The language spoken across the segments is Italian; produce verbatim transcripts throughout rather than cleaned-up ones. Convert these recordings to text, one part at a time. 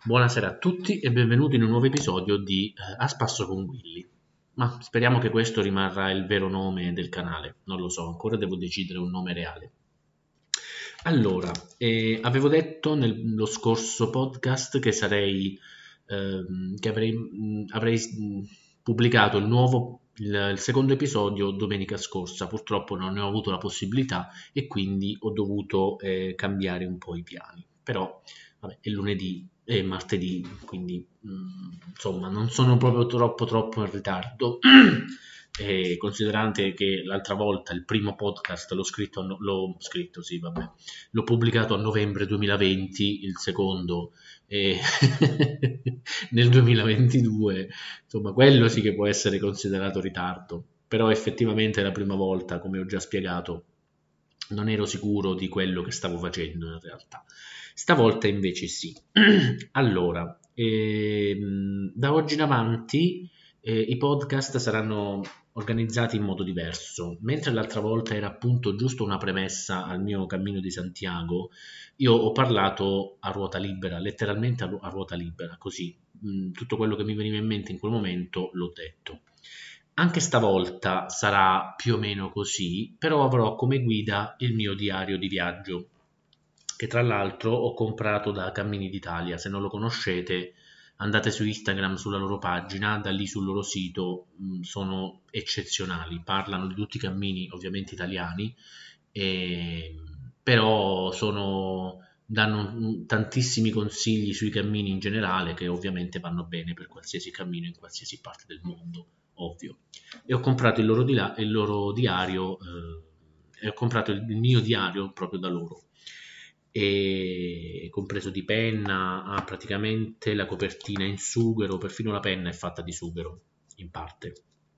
Buonasera a tutti e benvenuti in un nuovo episodio di eh, A Spasso con Willy. Ma speriamo che questo rimarrà il vero nome del canale, non lo so, ancora devo decidere un nome reale. Allora, eh, avevo detto nello scorso podcast che sarei, ehm, che avrei, mh, avrei, mh, pubblicato il nuovo, il, il secondo episodio domenica scorsa. Purtroppo non ne ho avuto la possibilità e quindi ho dovuto eh, cambiare un po' i piani. Però, vabbè, è lunedì e martedì, quindi mh, insomma non sono proprio troppo troppo in ritardo. E considerante che l'altra volta il primo podcast l'ho scritto, a no- l'ho scritto, sì, vabbè, l'ho pubblicato a novembre duemilaventi, il secondo eh, nel duemilaventidue, insomma, quello sì che può essere considerato ritardo, però effettivamente la prima volta, come ho già spiegato, non ero sicuro di quello che stavo facendo in realtà. Stavolta invece sì. Allora, ehm, da oggi in avanti eh, i podcast saranno organizzati in modo diverso. Mentre l'altra volta era appunto giusto una premessa al mio cammino di Santiago, io ho parlato a ruota libera, letteralmente a, ru- a ruota libera, così. Mh, tutto quello che mi veniva in mente in quel momento l'ho detto. Anche stavolta sarà più o meno così, però avrò come guida il mio diario di viaggio, che tra l'altro ho comprato da Cammini d'Italia. Se non lo conoscete, andate su Instagram, sulla loro pagina, da lì sul loro sito, mh, sono eccezionali, parlano di tutti i cammini ovviamente italiani, e- però sono, danno mh, tantissimi consigli sui cammini in generale che ovviamente vanno bene per qualsiasi cammino in qualsiasi parte del mondo, ovvio. E ho comprato il loro, di là- il loro diario, eh, e ho comprato il, il mio diario proprio da loro, e compreso di penna, ha praticamente la copertina in sughero, perfino la penna è fatta di sughero in parte.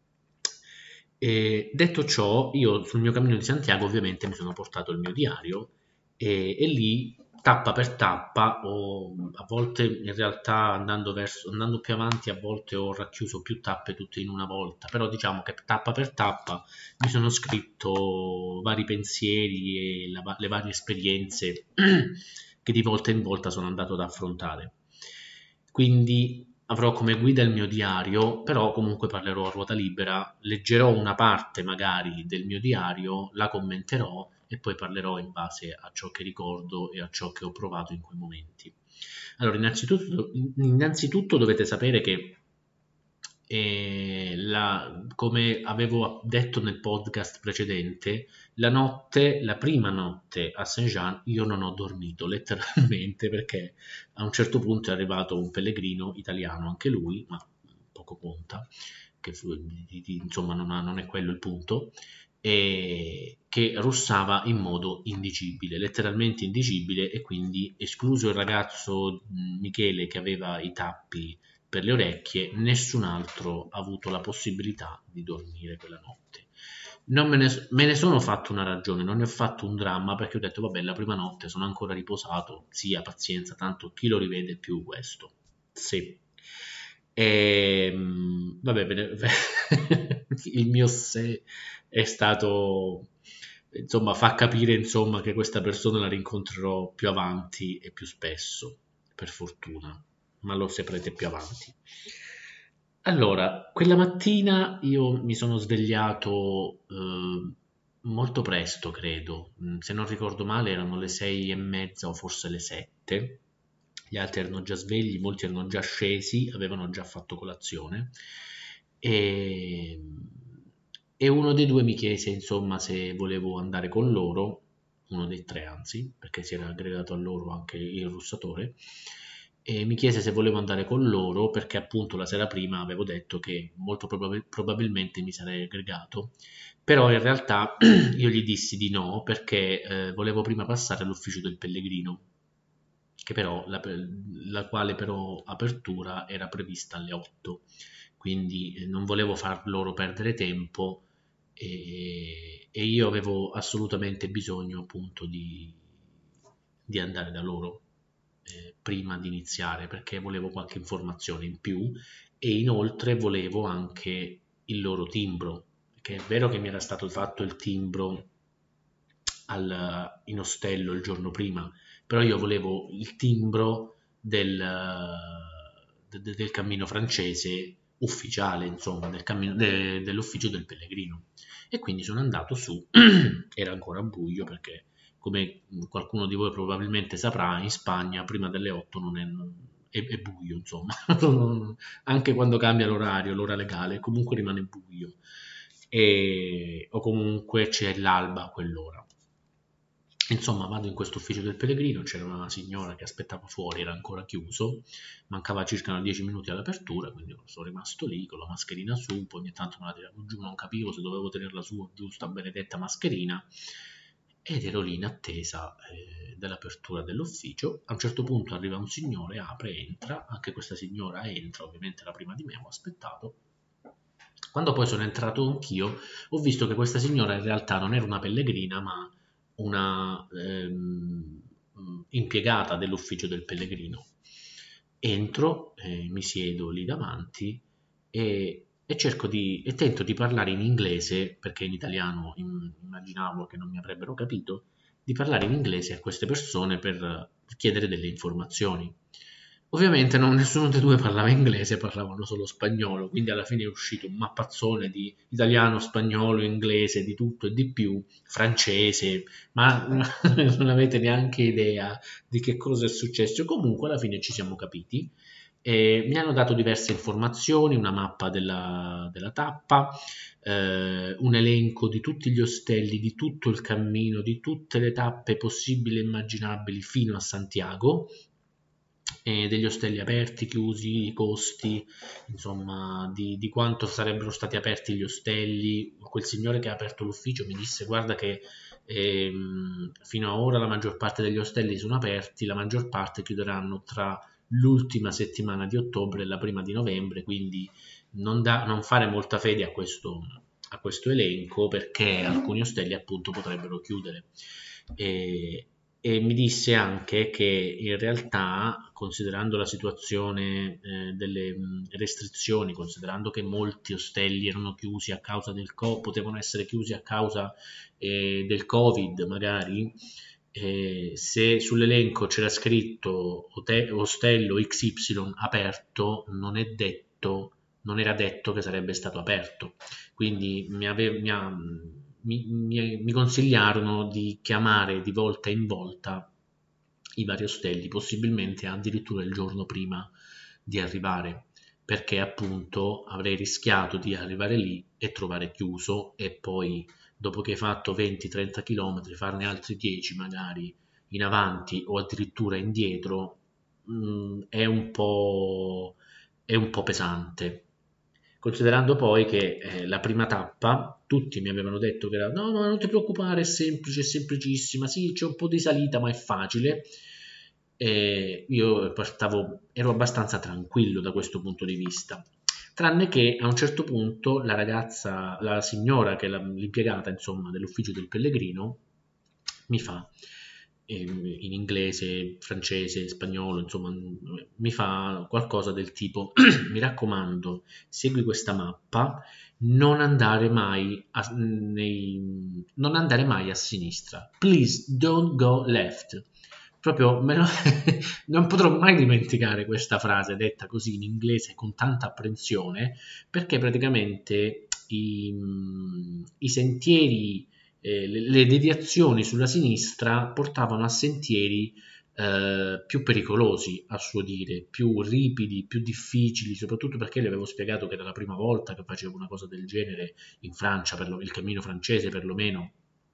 E detto ciò, io sul mio cammino di Santiago ovviamente mi sono portato il mio diario e, e lì tappa per tappa o a volte in realtà andando, verso, andando più avanti a volte ho racchiuso più tappe tutte in una volta, però diciamo che tappa per tappa mi sono scritto vari pensieri e la- le varie esperienze che di volta in volta sono andato ad affrontare. Quindi avrò come guida il mio diario, però comunque parlerò a ruota libera, leggerò una parte magari del mio diario, la commenterò e poi parlerò in base a ciò che ricordo e a ciò che ho provato in quei momenti. Allora, innanzitutto, innanzitutto dovete sapere che e la- come avevo detto nel podcast precedente, la notte, la prima notte a Saint-Jean, io non ho dormito letteralmente perché a un certo punto è arrivato un pellegrino italiano, anche lui, ma poco conta, che fu- di- di- insomma non, ha- non è quello il punto, e che russava in modo indicibile, letteralmente indicibile, e quindi escluso il ragazzo mh, Michele che aveva i tappi per le orecchie, nessun altro ha avuto la possibilità di dormire quella notte. Non me ne, me ne sono fatto una ragione, non ne ho fatto un dramma perché ho detto vabbè, la prima notte sono ancora riposato, sia pazienza, tanto chi lo rivede più questo. Sì. E, vabbè, ve ne- il mio se è stato, insomma, fa capire insomma che questa persona la rincontrerò più avanti e più spesso, per fortuna, ma lo saprete più avanti. Allora, quella mattina io mi sono svegliato eh, molto presto, credo. Mm, Se non ricordo male, erano le sei e mezza o forse le sette. Gli altri erano già svegli, molti erano già scesi, avevano già fatto colazione. E, e uno dei due mi chiese, insomma, se volevo andare con loro, uno dei tre anzi, perché si era aggregato a loro anche il russatore, e mi chiese se volevo andare con loro perché appunto la sera prima avevo detto che molto probabil- probabilmente mi sarei aggregato, però in realtà io gli dissi di no perché eh, volevo prima passare all'ufficio del pellegrino, che però, la, la quale però apertura era prevista alle otto, quindi eh, non volevo far loro perdere tempo e, e io avevo assolutamente bisogno appunto di, di andare da loro eh, prima di iniziare perché volevo qualche informazione in più e inoltre volevo anche il loro timbro, perché è vero che mi era stato fatto il timbro al, in ostello il giorno prima, però io volevo il timbro del, de, de, del cammino francese ufficiale, insomma, del cammino, de, dell'ufficio del pellegrino. E quindi sono andato su, era ancora buio perché, come qualcuno di voi probabilmente saprà, in Spagna prima delle otto non è, è, è buio, insomma, anche quando cambia l'orario, l'ora legale, comunque rimane buio, e, o comunque c'è l'alba a quell'ora. Insomma, vado in questo ufficio del pellegrino, c'era una signora che aspettava fuori, era ancora chiuso, mancava circa dieci minuti all'apertura, quindi sono rimasto lì con la mascherina su, poi ogni tanto me la tiravo giù, non capivo se dovevo tenerla su o giù, sta benedetta mascherina, ed ero lì in attesa eh, dell'apertura dell'ufficio. A un certo punto arriva un signore, apre, entra, anche questa signora entra, ovviamente era prima di me, ho aspettato. Quando poi sono entrato anch'io, ho visto che questa signora in realtà non era una pellegrina, ma una ehm, impiegata dell'ufficio del pellegrino. Entro, eh, mi siedo lì davanti e, e cerco di e tento di parlare in inglese, perché in italiano im- immaginavo che non mi avrebbero capito, di parlare in inglese a queste persone per chiedere delle informazioni. Ovviamente non, nessuno dei due parlava inglese, parlavano solo spagnolo, quindi alla fine è uscito un mappazzone di italiano, spagnolo, inglese, di tutto e di più, francese, ma non avete neanche idea di che cosa è successo. Comunque alla fine ci siamo capiti. E mi hanno dato diverse informazioni, una mappa della, della tappa, eh, un elenco di tutti gli ostelli, di tutto il cammino, di tutte le tappe possibili e immaginabili fino a Santiago, e degli ostelli aperti, chiusi, i costi, insomma, di, di quanto sarebbero stati aperti gli ostelli. Quel signore che ha aperto l'ufficio mi disse: guarda che ehm, fino ad ora la maggior parte degli ostelli sono aperti, la maggior parte chiuderanno tra l'ultima settimana di ottobre e la prima di novembre, quindi non, da, non fare molta fede a questo, a questo elenco, perché alcuni ostelli appunto potrebbero chiudere. E, e mi disse anche che in realtà, considerando la situazione eh, delle mh, restrizioni, considerando che molti ostelli erano chiusi a causa del co- potevano essere chiusi a causa eh, del Covid magari, eh, se sull'elenco c'era scritto hotel, ostello X Y aperto, non è detto, non era detto che sarebbe stato aperto. Quindi mi, ave, mi, ha, mi, mi, mi consigliarono di chiamare di volta in volta i vari ostelli, possibilmente addirittura il giorno prima di arrivare, perché appunto avrei rischiato di arrivare lì e trovare chiuso, e poi dopo che hai fatto venti trenta km farne altri dieci magari in avanti o addirittura indietro, mh, è un po', è un po' pesante. Considerando poi che eh, la prima tappa tutti mi avevano detto che era no, no, non ti preoccupare, è semplice, è semplicissima, sì, c'è un po' di salita, ma è facile. E io stavo, ero abbastanza tranquillo da questo punto di vista, tranne che a un certo punto la ragazza, la signora che è la- l'impiegata insomma dell'ufficio del pellegrino mi fa ehm, in inglese, francese, spagnolo, insomma, mi fa qualcosa del tipo: mi raccomando, segui questa mappa, non andare mai a, nei, non andare mai a sinistra. Please don't go left. Proprio me lo- non potrò mai dimenticare questa frase detta così in inglese con tanta apprensione, perché praticamente i, i sentieri, eh, le, le deviazioni sulla sinistra portavano a sentieri eh, più pericolosi, a suo dire, più ripidi, più difficili, soprattutto perché le avevo spiegato che era la prima volta che facevo una cosa del genere in Francia, per lo, il cammino francese perlomeno.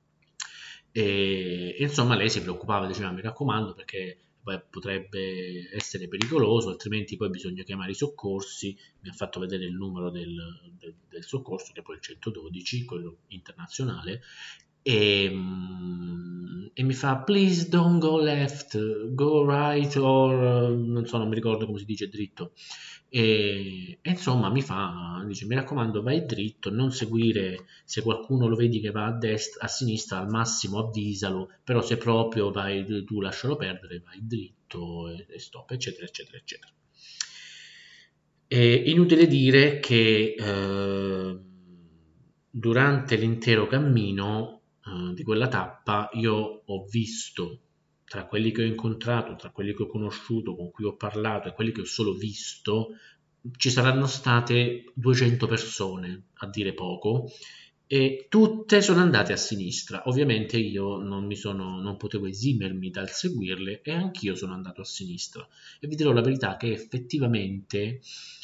E, e insomma lei si preoccupava, diceva: mi raccomando, perché poi potrebbe essere pericoloso, altrimenti poi bisogna chiamare i soccorsi. Mi ha fatto vedere il numero del, del, del soccorso, che è poi il centododici, quello internazionale, e, mm, e mi fa: please don't go left, go right, or non so, non mi ricordo come si dice dritto. E, e insomma mi fa, dice: mi raccomando, vai dritto, non seguire, se qualcuno lo vedi che va a destra, a sinistra, al massimo avvisalo, però se proprio vai tu, lascialo perdere, vai dritto e, e stop, eccetera, eccetera, eccetera. È inutile dire che eh, durante l'intero cammino eh, di quella tappa io ho visto tra quelli che ho incontrato, tra quelli che ho conosciuto, con cui ho parlato e quelli che ho solo visto, ci saranno state duecento persone, a dire poco, e tutte sono andate a sinistra. Ovviamente io non, mi sono, non potevo esimermi dal seguirle e anch'io sono andato a sinistra. E vi dirò la verità che effettivamente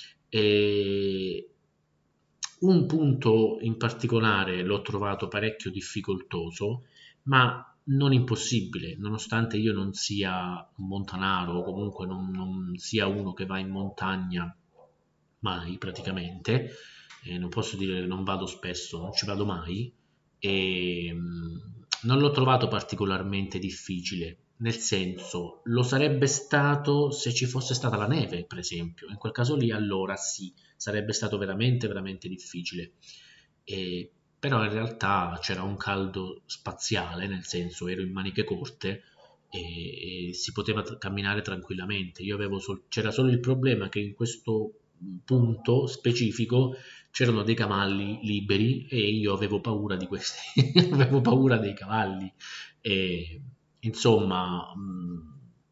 eh, un punto in particolare l'ho trovato parecchio difficoltoso, ma non impossibile, nonostante io non sia un montanaro o comunque non, non sia uno che va in montagna mai praticamente, eh, non posso dire che non vado spesso, non ci vado mai, e mh, non l'ho trovato particolarmente difficile, nel senso lo sarebbe stato se ci fosse stata la neve, per esempio, in quel caso lì allora sì, sarebbe stato veramente veramente difficile. E, però in realtà c'era un caldo spaziale, nel senso ero in maniche corte e, e si poteva tra- camminare tranquillamente. Io avevo sol- c'era solo il problema che in questo punto specifico c'erano dei cavalli liberi e io avevo paura di questi, avevo paura dei cavalli. E, insomma, mh,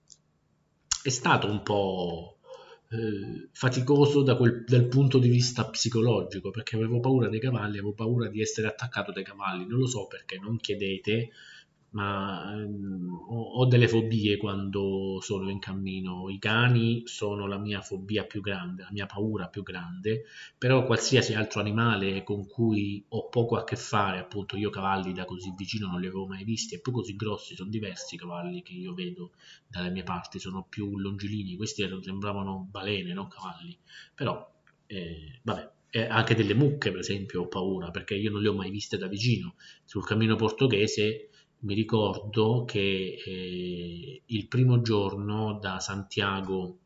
è stato un po' eh, faticoso da quel, dal punto di vista psicologico perché avevo paura dei cavalli, avevo paura di essere attaccato dai cavalli. Non lo so perché, non chiedete, ma ehm, ho, ho delle fobie quando sono in cammino. I cani sono la mia fobia più grande, la mia paura più grande, però qualsiasi altro animale con cui ho poco a che fare, appunto io cavalli da così vicino non li avevo mai visti, e poi così grossi, sono diversi i cavalli che io vedo dalle mie parti, sono più longilinei, questi erano, sembravano balene, non cavalli, però eh, vabbè. E anche delle mucche, per esempio, ho paura perché io non le ho mai viste da vicino. Sul cammino portoghese mi ricordo che eh, il primo giorno da Santiago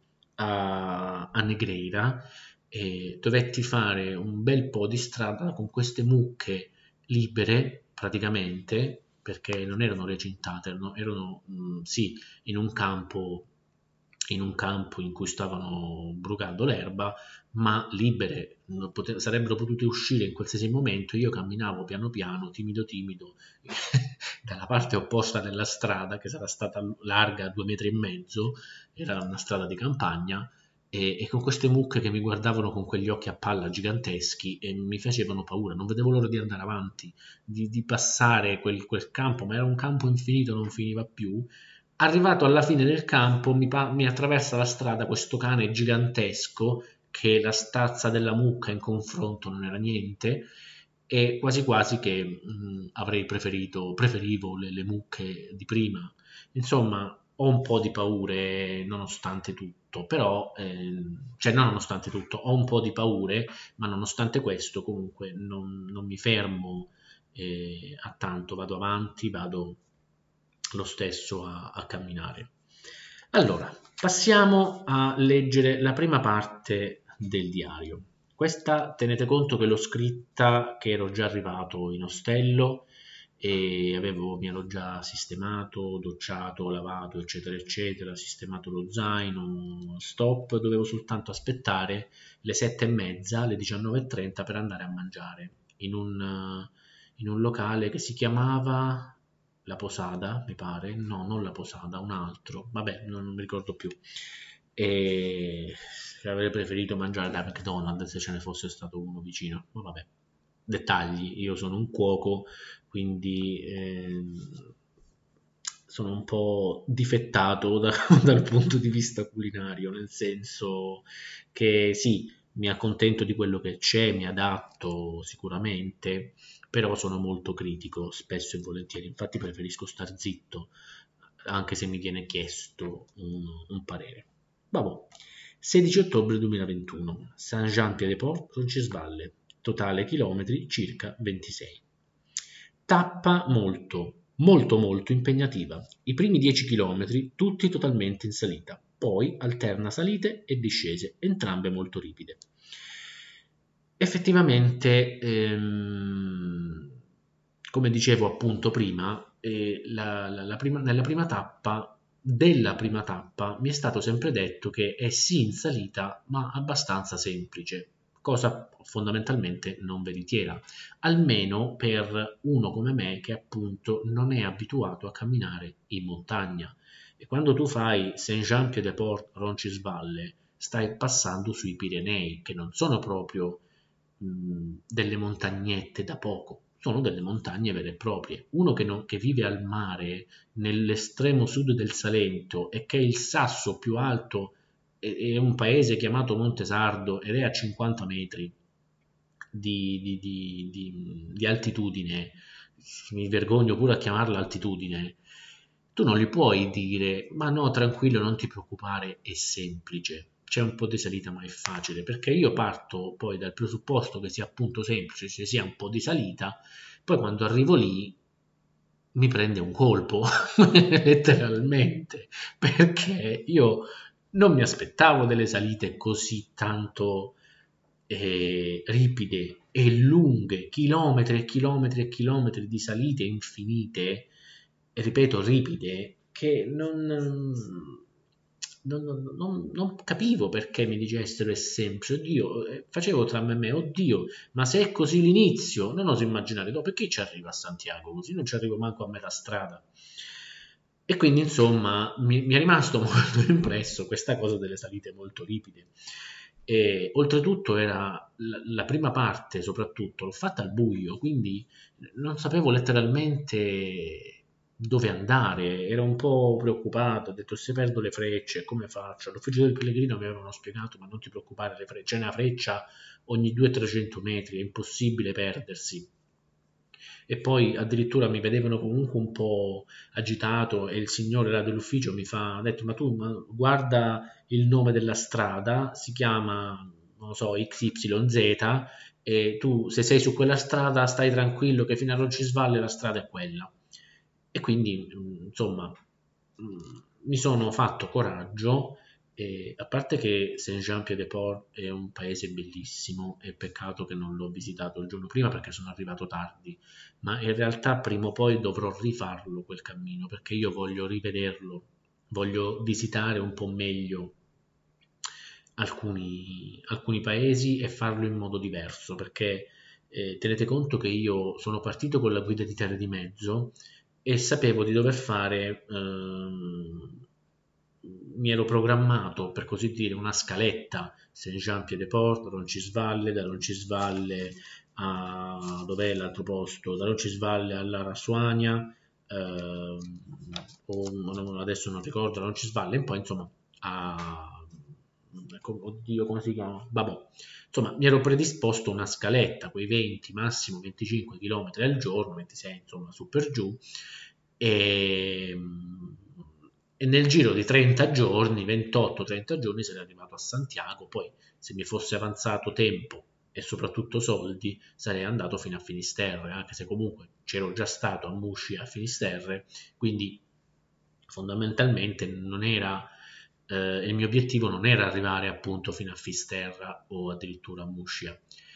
a, a Negreira eh, dovetti fare un bel po' di strada con queste mucche libere praticamente perché non erano recintate, erano, erano mh, sì, in un campo in un campo in cui stavano brucando l'erba, ma libere, pote- sarebbero potute uscire in qualsiasi momento. Io camminavo piano piano, timido timido, dalla parte opposta della strada, che sarà stata larga due metri e mezzo, era una strada di campagna, e, e con queste mucche che mi guardavano con quegli occhi a palla giganteschi e mi facevano paura, non vedevo l'ora di andare avanti, di, di passare quel, quel campo, ma era un campo infinito, non finiva più. Arrivato alla fine del campo, mi, pa- mi attraversa la strada questo cane gigantesco, che la stazza della mucca in confronto non era niente, e quasi quasi che mh, avrei preferito, preferivo le, le mucche di prima. Insomma, ho un po' di paure nonostante tutto, però, ehm, cioè non nonostante tutto, ho un po' di paure, ma nonostante questo comunque non, non mi fermo eh, a tanto, vado avanti, vado lo stesso a, a camminare. Allora, passiamo a leggere la prima parte del diario. Questa tenete conto che l'ho scritta che ero già arrivato in ostello e avevo, mi ero già sistemato, docciato, lavato, eccetera, eccetera, sistemato lo zaino, stop, dovevo soltanto aspettare le sette e mezza, le diciannove e trenta per andare a mangiare in un, in un locale che si chiamava La Posada, mi pare, no, non La Posada, un altro, vabbè, non, non mi ricordo più. E avrei preferito mangiare da McDonald's se ce ne fosse stato uno vicino, ma vabbè, dettagli, io sono un cuoco, quindi ehm, sono un po' difettato da- dal punto di vista culinario, nel senso che sì, mi accontento di quello che c'è, mi adatto sicuramente, però sono molto critico spesso e volentieri, infatti preferisco star zitto anche se mi viene chiesto un, un parere. Vabbè. sedici ottobre duemilaventuno, Saint-Jean-Pied-de-Port, Roncisvalle, totale chilometri circa ventisei. Tappa molto, molto molto impegnativa. I primi dieci chilometri tutti totalmente in salita, poi alterna salite e discese, entrambe molto ripide. Effettivamente, ehm, come dicevo appunto prima, eh, la, la, la prima, nella prima tappa, della prima tappa, mi è stato sempre detto che è sì in salita, ma abbastanza semplice. cosa fondamentalmente non veritiera, almeno per uno come me che appunto non è abituato a camminare in montagna. E quando tu fai Saint-Jean-Pied-de-Port, Roncisvalle, stai passando sui Pirenei, che non sono proprio mh, delle montagnette da poco, sono delle montagne vere e proprie. Uno che, non, che vive al mare nell'estremo sud del Salento e che è il sasso più alto è, è un paese chiamato Montesardo ed è a cinquanta metri di, di, di, di, di altitudine, mi vergogno pure a chiamarla altitudine, tu non gli puoi dire ma no, tranquillo, non ti preoccupare, è semplice, c'è un po' di salita ma è facile, perché io parto poi dal presupposto che sia appunto semplice, ci sia un po' di salita, poi quando arrivo lì mi prende un colpo letteralmente, perché io non mi aspettavo delle salite così tanto eh, ripide e lunghe, chilometri e chilometri e chilometri di salite infinite, e ripeto ripide, che non, non, non- non- non capivo perché mi dicessero è semplice. Oddio, eh, facevo tra me e me, oddio, ma se è così l'inizio, non oso immaginare dopo perché ci arriva a Santiago, così non ci arrivo manco a metà strada. E quindi insomma mi, mi è rimasto molto impresso questa cosa delle salite molto ripide. E oltretutto era la, la prima parte, soprattutto l'ho fatta al buio, quindi non sapevo letteralmente dove andare, ero un po' preoccupato, ho detto se perdo le frecce come faccio? All'ufficio del pellegrino mi avevano spiegato ma non ti preoccupare, le frecce, c'è una freccia ogni duecento trecento metri, è impossibile perdersi. E poi addirittura mi vedevano comunque un po' agitato e il signore là dell'ufficio mi fa, ha detto ma tu ma guarda il nome della strada, si chiama, non lo so, X Y Z e tu se sei su quella strada stai tranquillo che fino a Roncisvalle la strada è quella. E quindi mh, insomma mh, mi sono fatto coraggio e a parte che Saint-Jean-Pied-de-Port è un paese bellissimo, è peccato che non l'ho visitato il giorno prima perché sono arrivato tardi, ma in realtà prima o poi dovrò rifarlo quel cammino perché io voglio rivederlo, voglio visitare un po' meglio alcuni, alcuni paesi e farlo in modo diverso perché eh, tenete conto che io sono partito con la guida di Terre di Mezzo e sapevo di dover fare, ehm, mi ero programmato per così dire una scaletta Saint-Jean-Pied-de-Port, Roncisvalle, da Roncisvalle a dov'è l'altro posto, da Roncisvalle alla Rasuania, ehm, o, adesso non ricordo, Roncisvalle e poi insomma a oddio come si chiama, vabbè, insomma mi ero predisposto una scaletta, quei venti, massimo venticinque chilometri al giorno, ventisei insomma su per giù, e, e nel giro di trenta giorni, ventotto trenta giorni sarei arrivato a Santiago, poi se mi fosse avanzato tempo e soprattutto soldi sarei andato fino a Finisterre, anche se comunque c'ero già stato a Musci a Finisterre, quindi fondamentalmente non era eh, il mio obiettivo non era arrivare appunto fino a Fisterra o addirittura a Muscia.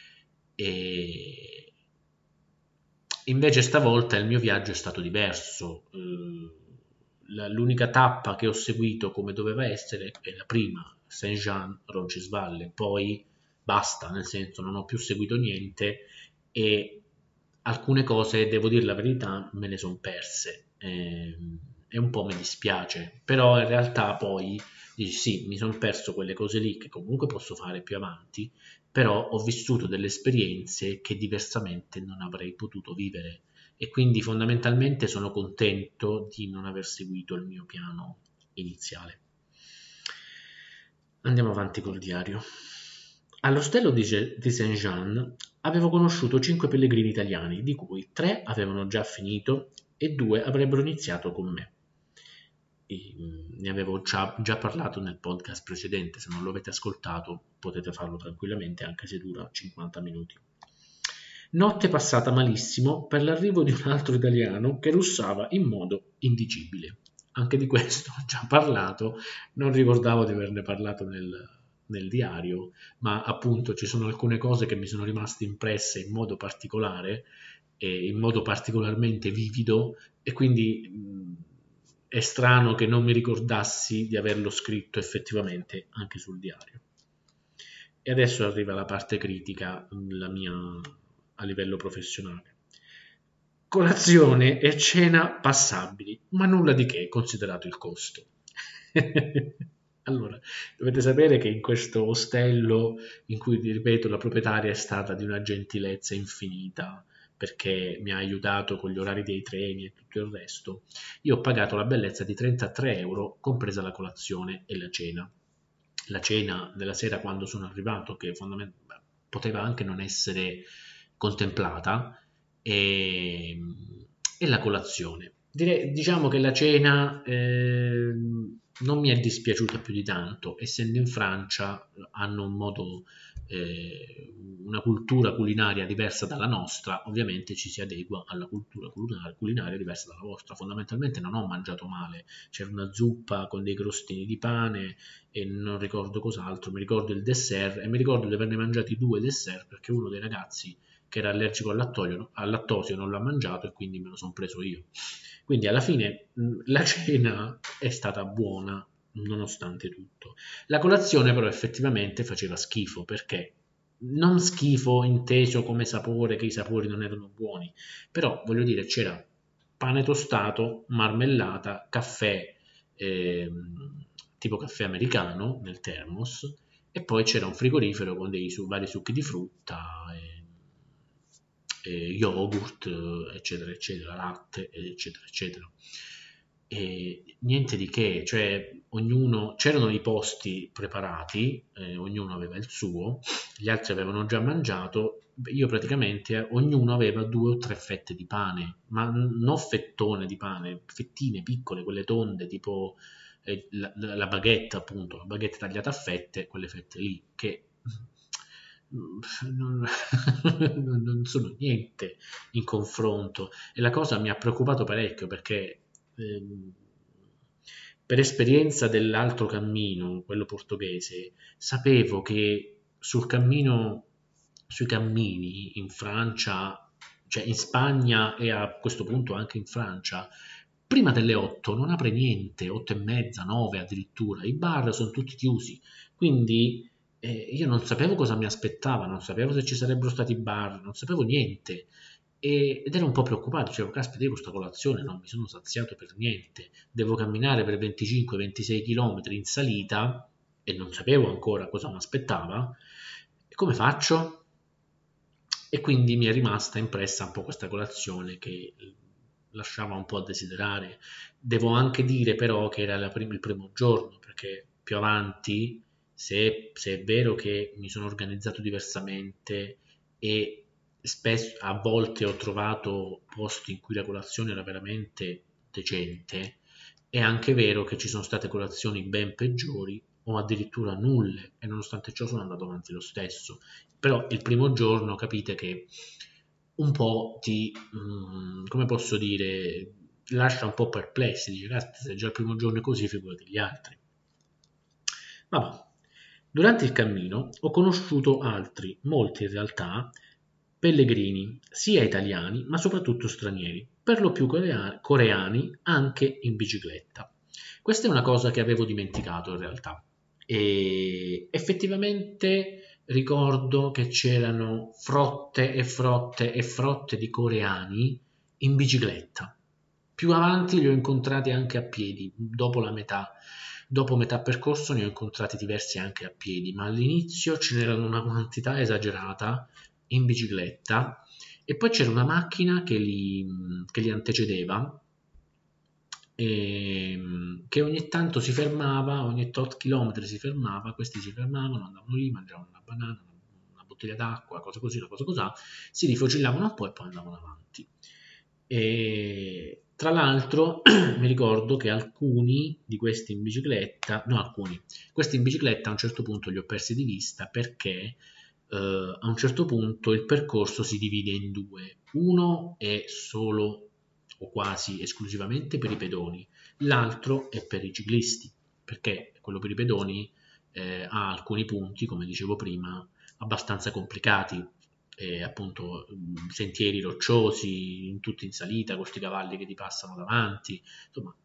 E invece stavolta il mio viaggio è stato diverso. Eh, la- l'unica tappa che ho seguito come doveva essere è la prima, Saint-Jean, Roncisvalle, poi basta, nel senso non ho più seguito niente e alcune cose, devo dire la verità, me le sono perse eh, e un po' mi dispiace, però in realtà poi dici sì, mi sono perso quelle cose lì che comunque posso fare più avanti, però ho vissuto delle esperienze che diversamente non avrei potuto vivere e quindi fondamentalmente sono contento di non aver seguito il mio piano iniziale. Andiamo avanti col diario. All'ostello di, di Saint-Jean avevo conosciuto cinque pellegrini italiani, di cui tre avevano già finito e due avrebbero iniziato con me. E, mh, ne avevo già, già parlato nel podcast precedente, se non lo avete ascoltato potete farlo tranquillamente anche se dura cinquanta minuti. Notte passata malissimo per l'arrivo di un altro italiano che russava in modo indicibile. Anche di questo ho già parlato, non ricordavo di averne parlato nel, nel diario, ma appunto ci sono alcune cose che mi sono rimaste impresse in modo particolare e in modo particolarmente vivido e quindi mh, è strano che non mi ricordassi di averlo scritto effettivamente anche sul diario. E adesso arriva la parte critica, la mia a livello professionale. Colazione e cena passabili, ma nulla di che considerato il costo. Allora, dovete sapere che in questo ostello, in cui, ripeto, la proprietaria è stata di una gentilezza infinita, perché mi ha aiutato con gli orari dei treni e tutto il resto, io ho pagato la bellezza di trentatré euro, compresa la colazione e la cena. La cena della sera quando sono arrivato, che fondamentalmente poteva anche non essere contemplata, e, e la colazione. Direi, diciamo che la cena eh, non mi è dispiaciuta più di tanto, essendo in Francia hanno un modo, eh, una cultura culinaria diversa dalla nostra, ovviamente ci si adegua alla cultura culinaria diversa dalla vostra. Fondamentalmente non ho mangiato male, c'era una zuppa con dei crostini di pane e non ricordo cos'altro, mi ricordo il dessert e mi ricordo di averne mangiati due dessert perché uno dei ragazzi che era allergico al lattosio, al lattosio non l'ha mangiato e quindi me lo sono preso io. Quindi alla fine mh, la cena è stata buona nonostante tutto. La colazione però effettivamente faceva schifo perché non schifo inteso come sapore, che i sapori non erano buoni, però voglio dire c'era pane tostato, marmellata, caffè, ehm, tipo caffè americano nel thermos e poi c'era un frigorifero con dei su- vari succhi di frutta, e, e yogurt, eccetera, eccetera, latte, eccetera, eccetera. E niente di che, cioè ognuno, c'erano i posti preparati, eh, ognuno aveva il suo, gli altri avevano già mangiato, io praticamente ognuno aveva due o tre fette di pane, ma non fettone di pane, fettine piccole, quelle tonde, tipo eh, la, la baguette appunto, la baguette tagliata a fette, quelle fette lì, che non, non sono niente in confronto e la cosa mi ha preoccupato parecchio perché ehm, per esperienza dell'altro cammino, quello portoghese, sapevo che sul cammino, sui cammini in Francia, cioè in Spagna e a questo punto anche in Francia, prima delle otto non apre niente, otto e mezza, nove addirittura, i bar sono tutti chiusi, quindi eh, io non sapevo cosa mi aspettava, non sapevo se ci sarebbero stati bar, non sapevo niente. E- ed ero un po' preoccupato, dicevo, caspita, io questa colazione non mi sono saziato per niente, devo camminare per venticinque ventisei km in salita e non sapevo ancora cosa mi aspettava, e come faccio? E quindi mi è rimasta impressa un po' questa colazione che lasciava un po' a desiderare. Devo anche dire però che era la prim- il primo giorno, perché più avanti, se, se è vero che mi sono organizzato diversamente e spesso, a volte ho trovato posti in cui la colazione era veramente decente, è anche vero che ci sono state colazioni ben peggiori o addirittura nulle e nonostante ciò sono andato avanti lo stesso. Però il primo giorno capite che un po' ti, mm, come posso dire, lascia un po' perplessi, dice, "Caspita, se già il primo giorno è così, figurati gli altri." Vabbè. Durante il cammino ho conosciuto altri, molti in realtà, pellegrini, sia italiani ma soprattutto stranieri, per lo più corea- coreani anche in bicicletta. Questa è una cosa che avevo dimenticato in realtà e effettivamente ricordo che c'erano frotte e frotte e frotte di coreani in bicicletta. Più avanti li ho incontrati anche a piedi, dopo la metà, dopo metà percorso ne ho incontrati diversi anche a piedi, ma all'inizio ce n'erano una quantità esagerata in bicicletta e poi c'era una macchina che li, che li antecedeva e che ogni tanto si fermava, ogni tot chilometri si fermava, questi si fermavano, andavano lì, mangiavano una banana, una bottiglia d'acqua, cose così, una cosa così, si rifocillavano un po' e poi andavano avanti. E tra l'altro mi ricordo che alcuni di questi in bicicletta, no alcuni, questi in bicicletta a un certo punto li ho persi di vista perché eh, a un certo punto il percorso si divide in due. Uno è solo o quasi esclusivamente per i pedoni, l'altro è per i ciclisti, perché quello per i pedoni eh, ha alcuni punti, come dicevo prima, abbastanza complicati, eh, appunto mh, sentieri rocciosi, in tutti in salita, con questi cavalli che ti passano davanti, insomma,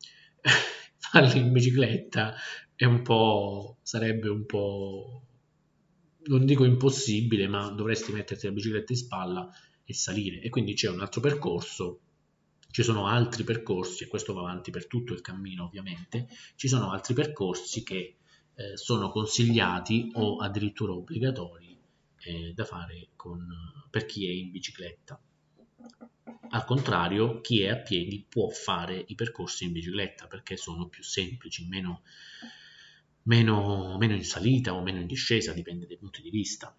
farli in bicicletta è un po', sarebbe un po' non dico impossibile, ma dovresti metterti la bicicletta in spalla e salire. E quindi c'è un altro percorso, ci sono altri percorsi, e questo va avanti per tutto il cammino ovviamente, ci sono altri percorsi che eh, sono consigliati o addirittura obbligatori eh, da fare con, per chi è in bicicletta. Al contrario, chi è a piedi può fare i percorsi in bicicletta perché sono più semplici, meno, meno, meno in salita o meno in discesa, dipende dai punti di vista.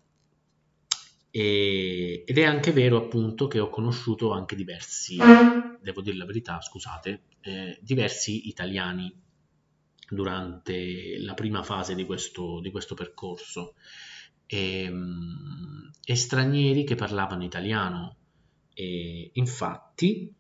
E, ed è anche vero appunto che ho conosciuto anche diversi, devo dire la verità, scusate, eh, diversi italiani durante la prima fase di questo, di questo percorso e, e stranieri che parlavano italiano. E infatti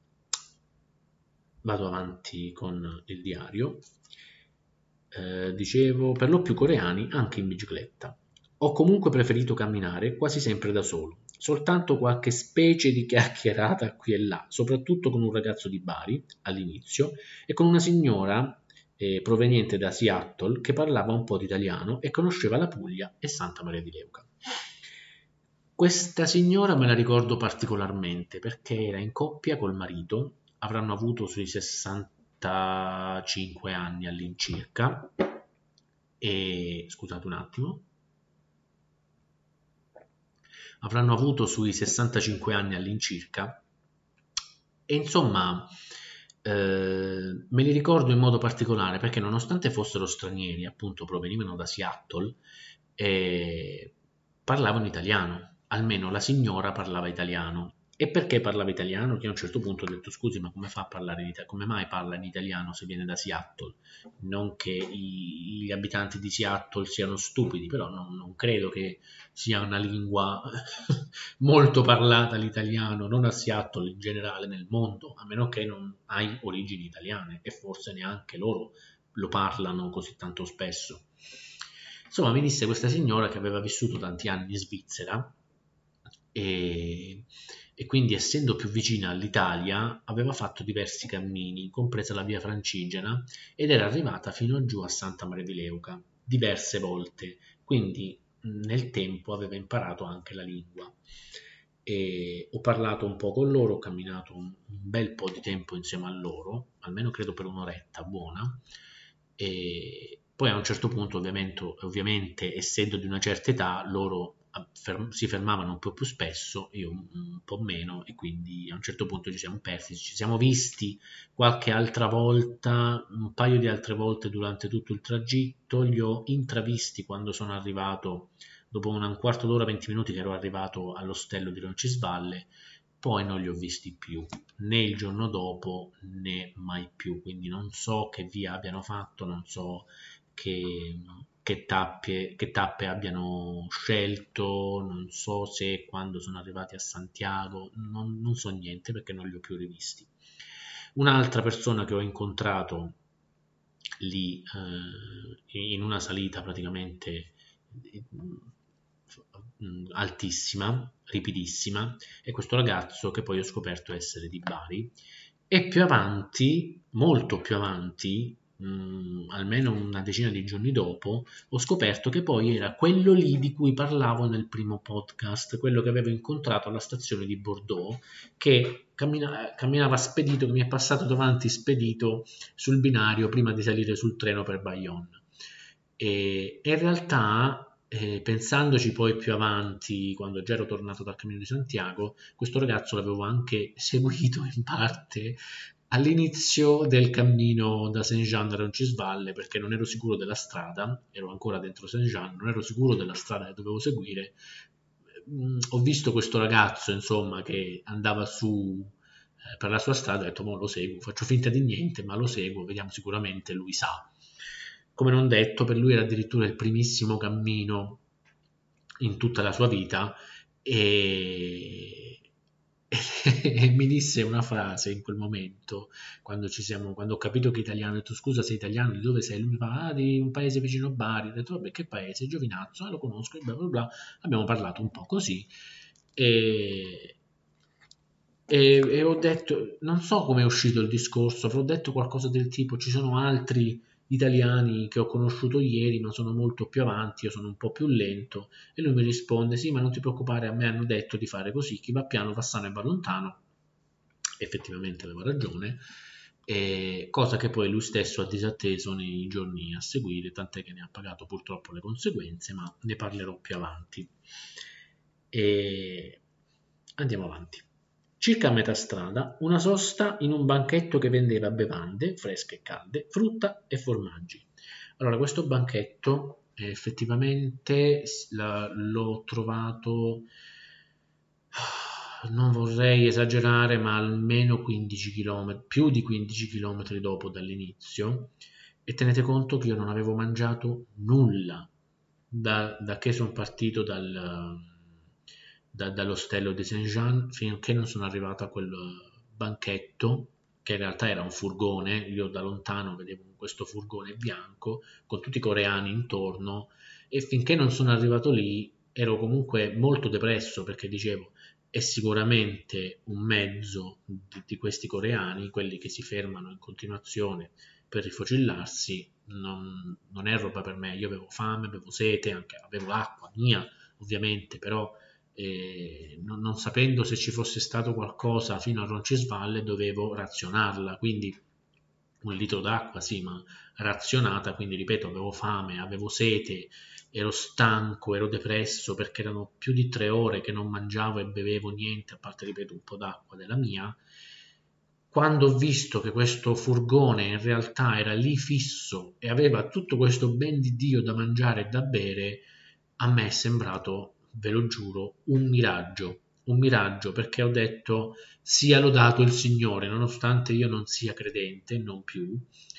vado avanti con il diario, eh, dicevo per lo più coreani anche in bicicletta. Ho comunque preferito camminare quasi sempre da solo, soltanto qualche specie di chiacchierata qui e là, soprattutto con un ragazzo di Bari all'inizio e con una signora eh, proveniente da Seattle che parlava un po' di italiano e conosceva la Puglia e Santa Maria di Leuca. Questa signora me la ricordo particolarmente perché era in coppia col marito, avranno avuto sui sessantacinque anni all'incirca e scusate un attimo, avranno avuto sui sessantacinque anni all'incirca e insomma eh, me li ricordo in modo particolare perché nonostante fossero stranieri, appunto provenivano da Seattle, eh, parlavano italiano, almeno la signora parlava italiano. E perché parlava italiano? Che a un certo punto ho detto scusi, ma come fa a parlare in italiano? Come mai parla in italiano se viene da Seattle? Non che i, gli abitanti di Seattle siano stupidi, però non, non credo che sia una lingua molto parlata l'italiano, non a Seattle in generale nel mondo, a meno che non hai origini italiane e forse neanche loro lo parlano così tanto spesso. Insomma, mi disse questa signora che aveva vissuto tanti anni in Svizzera e, e quindi essendo più vicina all'Italia aveva fatto diversi cammini, compresa la via Francigena, ed era arrivata fino giù a Santa Maria di Leuca diverse volte, quindi nel tempo aveva imparato anche la lingua. E ho parlato un po' con loro, ho camminato un, un bel po' di tempo insieme a loro, almeno credo per un'oretta buona, e poi a un certo punto ovviamente, ovviamente essendo di una certa età loro si fermavano un po' più spesso, io un, un po' meno, e quindi a un certo punto ci siamo persi, ci siamo visti qualche altra volta, un paio di altre volte durante tutto il tragitto, li ho intravisti quando sono arrivato, dopo un quarto d'ora, venti minuti che ero arrivato all'ostello di Roncisvalle, poi non li ho visti più, né il giorno dopo né mai più, quindi non so che via abbiano fatto, non so che, che, tappe, che tappe abbiano scelto, non so se quando sono arrivati a Santiago, non, non so niente perché non li ho più rivisti. Un'altra persona che ho incontrato lì eh, in una salita praticamente eh, altissima, ripidissima, è questo ragazzo che poi ho scoperto essere di Bari, e più avanti, molto più avanti, mh, almeno una decina di giorni dopo, ho scoperto che poi era quello lì di cui parlavo nel primo podcast, quello che avevo incontrato alla stazione di Bordeaux, che cammina, camminava spedito, che mi è passato davanti spedito sul binario prima di salire sul treno per Bayonne. E in realtà eh, pensandoci poi più avanti, quando già ero tornato dal Cammino di Santiago, questo ragazzo l'avevo anche seguito in parte all'inizio del cammino da Saint-Jean a Roncisvalle, perché non ero sicuro della strada, ero ancora dentro Saint-Jean, non ero sicuro della strada che dovevo seguire. Mm, ho visto questo ragazzo, insomma, che andava su eh, per la sua strada, ho detto, mo lo seguo, faccio finta di niente, ma lo seguo, vediamo, sicuramente lui sa. Come non detto, per lui era addirittura il primissimo cammino in tutta la sua vita e, e mi disse una frase in quel momento, quando ci siamo, quando ho capito che è italiano, ho detto scusa sei italiano, di dove sei? Lui mi fa, ah, di un paese vicino a Bari, ho detto vabbè che paese? Giovinazzo, ah, lo conosco, bla bla bla, abbiamo parlato un po' così e, e, e ho detto, non so come è uscito il discorso, avrò detto qualcosa del tipo, ci sono altri italiani che ho conosciuto ieri, ma sono molto più avanti, io sono un po' più lento. E lui mi risponde: sì, ma non ti preoccupare, a me hanno detto di fare così, chi va piano va sano e va lontano. Effettivamente aveva ragione, e cosa che poi lui stesso ha disatteso nei giorni a seguire, tant'è che ne ha pagato purtroppo le conseguenze, ma ne parlerò più avanti. E andiamo avanti. Circa a metà strada, una sosta in un banchetto che vendeva bevande fresche e calde, frutta e formaggi. Allora, questo banchetto eh, effettivamente la- l'ho trovato, non vorrei esagerare, ma almeno quindici chilometri, più di quindici chilometri dopo dall'inizio. E tenete conto che io non avevo mangiato nulla da, da che sono partito dal, da- dall'ostello di Saint-Jean finché non sono arrivato a quel banchetto, che in realtà era un furgone. Io da lontano vedevo questo furgone bianco con tutti i coreani intorno, e finché non sono arrivato lì ero comunque molto depresso, perché dicevo è sicuramente un mezzo di, di questi coreani, quelli che si fermano in continuazione per rifocillarsi. Non, non è roba per me. Io avevo fame, avevo sete, anche avevo l'acqua mia ovviamente, però eh, non, non sapendo se ci fosse stato qualcosa fino a Roncisvalle dovevo razionarla, quindi un litro d'acqua sì, ma razionata. Quindi ripeto, avevo fame, avevo sete, ero stanco, ero depresso, perché erano più di tre ore che non mangiavo e bevevo niente, a parte, ripeto, un po' d'acqua della mia. Quando ho visto che questo furgone in realtà era lì fisso e aveva tutto questo ben di Dio da mangiare e da bere, a me è sembrato, ve lo giuro, un miraggio. Un miraggio, perché ho detto: sia lodato il Signore, nonostante io non sia credente, non più.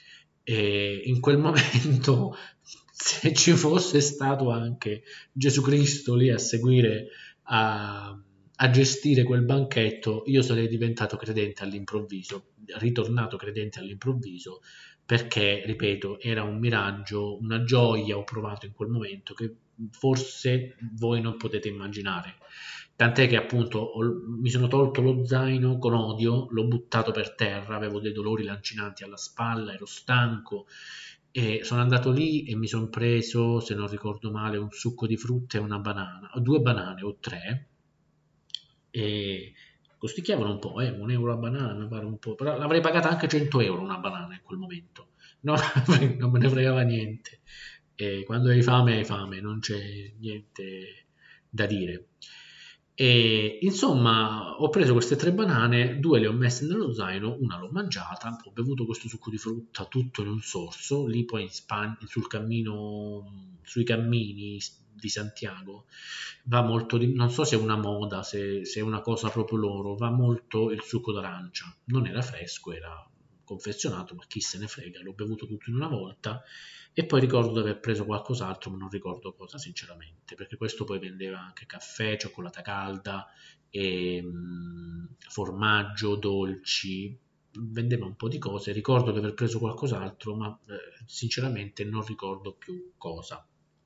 E in quel momento, se ci fosse stato anche Gesù Cristo lì a seguire, a, a gestire quel banchetto, io sarei diventato credente all'improvviso, ritornato credente all'improvviso, perché, ripeto, era un miraggio, una gioia ho provato in quel momento che forse voi non potete immaginare. Tant'è che appunto ho- mi sono tolto lo zaino con odio, l'ho buttato per terra, avevo dei dolori lancinanti alla spalla, ero stanco, e sono andato lì e mi sono preso, se non ricordo male, un succo di frutta e una banana, o due banane o tre, e costicchiavano un po', eh, un euro a banana, mi pare un po', però l'avrei pagata anche cento euro una banana in quel momento, no, non me ne fregava niente. E quando hai fame hai fame, non c'è niente da dire. E insomma, ho preso queste tre banane, due le ho messe nello zaino, una l'ho mangiata, ho bevuto questo succo di frutta tutto in un sorso. Lì poi in Spagna, sul cammino, sui cammini di Santiago, va molto, di- non so se è una moda, se, se è una cosa proprio loro, va molto il succo d'arancia. Non era fresco, era confezionato, ma chi se ne frega, l'ho bevuto tutto in una volta. E poi ricordo di aver preso qualcos'altro, ma non ricordo cosa sinceramente, perché questo poi vendeva anche caffè, cioccolata calda, e, mh, formaggio, dolci, vendeva un po' di cose. Ricordo di aver preso qualcos'altro, ma eh, sinceramente non ricordo più cosa.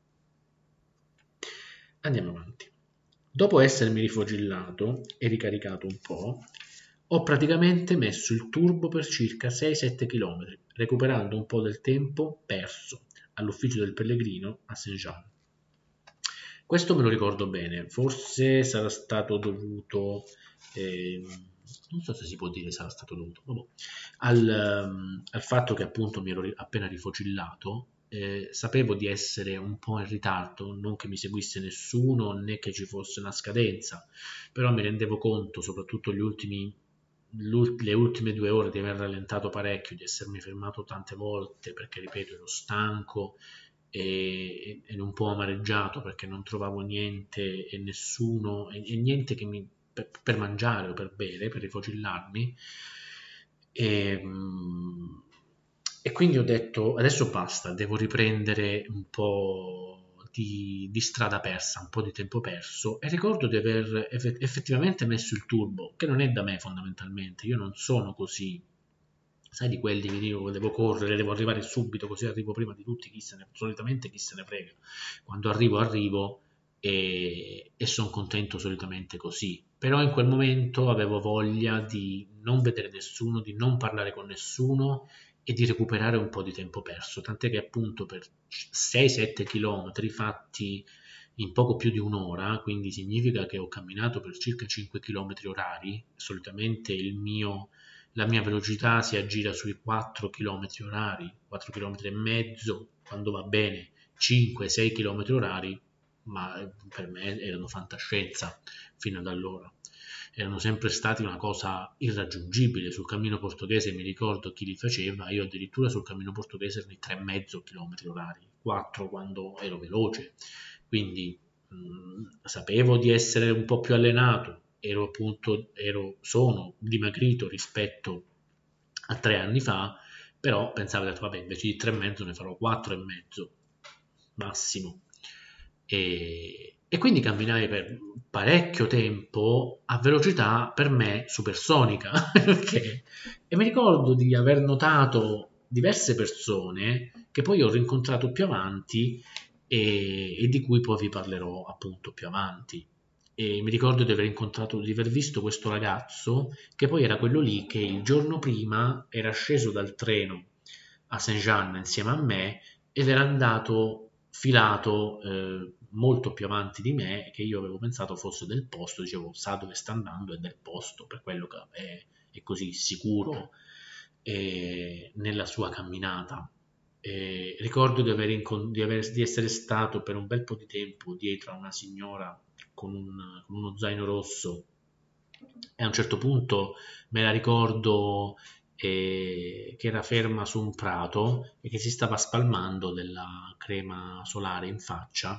Andiamo avanti. Dopo essermi rifogillato e ricaricato un po', ho praticamente messo il turbo per circa sei sette km, recuperando un po' del tempo perso all'ufficio del pellegrino a Saint-Jean. Questo me lo ricordo bene, forse sarà stato dovuto, eh, non so se si può dire sarà stato dovuto, vabbè, al, um, al fatto che appunto mi ero ri- appena rifocillato. Eh, sapevo di essere un po' in ritardo, non che mi seguisse nessuno né che ci fosse una scadenza, però mi rendevo conto, soprattutto gli ultimi, l'ult- le ultime due ore, di aver rallentato parecchio, di essermi fermato tante volte, perché ripeto ero stanco e, e un po' amareggiato, perché non trovavo niente e nessuno, e, e niente che mi, per, per mangiare o per bere, per rifocillarmi. E, mm, e quindi ho detto adesso basta, devo riprendere un po' di, di strada persa, un po' di tempo perso. E ricordo di aver eff- effettivamente messo il turbo, che non è da me fondamentalmente. Io non sono così, sai, di quelli che dico devo correre, devo arrivare subito così arrivo prima di tutti, chi se ne, solitamente chi se ne frega. Quando arrivo arrivo, e, e sono contento solitamente così. Però in quel momento avevo voglia di non vedere nessuno, di non parlare con nessuno, e di recuperare un po' di tempo perso, tant'è che appunto per sei sette chilometri fatti in poco più di un'ora, quindi significa che ho camminato per circa cinque chilometri orari, solitamente il mio, la mia velocità si aggira sui quattro chilometri orari, quattro chilometri e mezzo quando va bene, cinque sei chilometri orari, ma per me erano fantascienza fino ad allora. Erano sempre stati una cosa irraggiungibile. Sul cammino portoghese mi ricordo chi li faceva, io addirittura sul cammino portoghese erano i tre e mezzo chilometri orari, quattro quando ero veloce, quindi mh, sapevo di essere un po' più allenato, ero appunto, ero, sono dimagrito rispetto a tre anni fa, però pensavo, detto, vabbè, invece di tre e mezzo ne farò quattro e mezzo massimo. E, e quindi camminai per parecchio tempo a velocità per me supersonica perché, e mi ricordo di aver notato diverse persone che poi ho rincontrato più avanti e, e di cui poi vi parlerò appunto più avanti. E mi ricordo di aver incontrato, di aver visto questo ragazzo che poi era quello lì che il giorno prima era sceso dal treno a Saint-Jean insieme a me ed era andato filato eh, molto più avanti di me, che io avevo pensato fosse del posto, dicevo sa dove sta andando, è del posto, per quello che è, è così sicuro eh, nella sua camminata. Eh, ricordo di, aver incon- di, aver, di essere stato per un bel po' di tempo dietro a una signora con, un, con uno zaino rosso e a un certo punto me la ricordo eh, che era ferma su un prato e che si stava spalmando della crema solare in faccia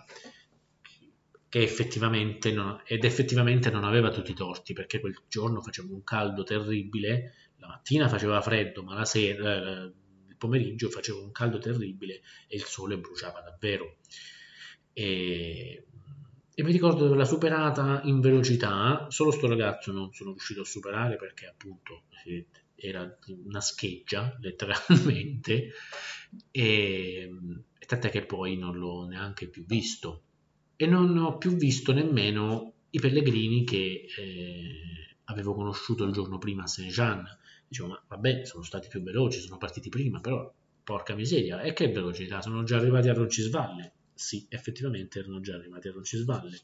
che effettivamente non, ed effettivamente non aveva tutti i torti perché quel giorno faceva un caldo terribile, la mattina faceva freddo ma la sera, eh, il pomeriggio faceva un caldo terribile e il sole bruciava davvero e, e mi ricordo di averla superata in velocità, solo sto ragazzo non sono riuscito a superare perché appunto eh, era una scheggia letteralmente e, e tant'è che poi non l'ho neanche più visto e non ho più visto nemmeno i pellegrini che eh, avevo conosciuto il giorno prima a Saint-Jean. Dicevo, ma vabbè, sono stati più veloci, sono partiti prima, però porca miseria, e che velocità, sono già arrivati a Roncisvalle. Sì, effettivamente erano già arrivati a Roncisvalle.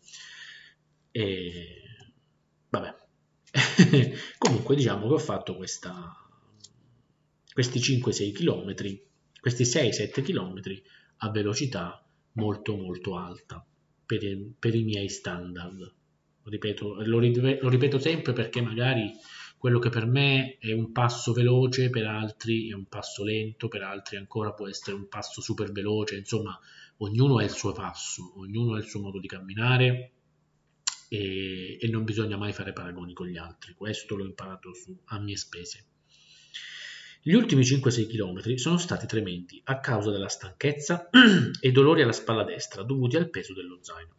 E vabbè. Comunque diciamo che ho fatto questa, questi cinque sei chilometri, questi sei sette chilometri a velocità molto molto alta per, i- per i miei standard. Ripeto, lo, ri- lo ripeto sempre perché magari quello che per me è un passo veloce, per altri è un passo lento, per altri ancora può essere un passo super veloce, insomma, ognuno ha il suo passo, ognuno ha il suo modo di camminare e, e non bisogna mai fare paragoni con gli altri. Questo l'ho imparato su, a mie spese. Gli ultimi cinque sei chilometri sono stati tremendi a causa della stanchezza e dolori alla spalla destra dovuti al peso dello zaino.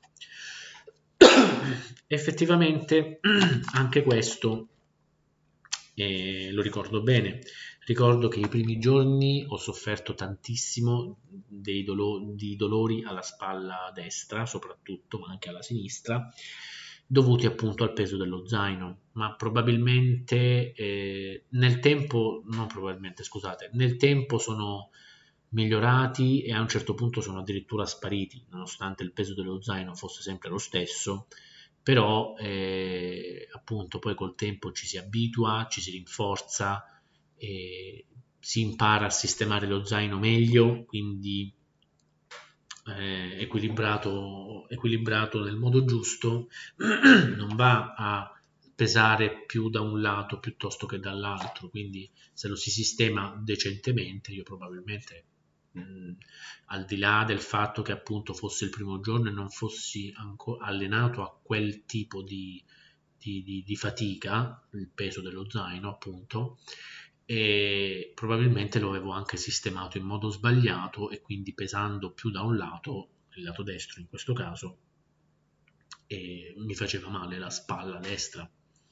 Effettivamente anche questo eh, lo ricordo bene. Ricordo che i primi giorni ho sofferto tantissimo dei dolo- di dolori alla spalla destra, soprattutto, ma anche alla sinistra, dovuti appunto al peso dello zaino, ma probabilmente eh, nel tempo, non probabilmente, scusate, nel tempo sono migliorati e a un certo punto sono addirittura spariti, nonostante il peso dello zaino fosse sempre lo stesso, però eh, appunto poi col tempo ci si abitua, ci si rinforza, e si impara a sistemare lo zaino meglio, quindi eh, equilibrato, equilibrato nel modo giusto, non va a pesare più da un lato piuttosto che dall'altro, quindi se lo si sistema decentemente, io probabilmente mh, al di là del fatto che appunto fosse il primo giorno e non fossi ancora allenato a quel tipo di, di, di, di fatica, il peso dello zaino appunto, e probabilmente lo avevo anche sistemato in modo sbagliato e quindi pesando più da un lato, il lato destro in questo caso, e mi faceva male la spalla destra.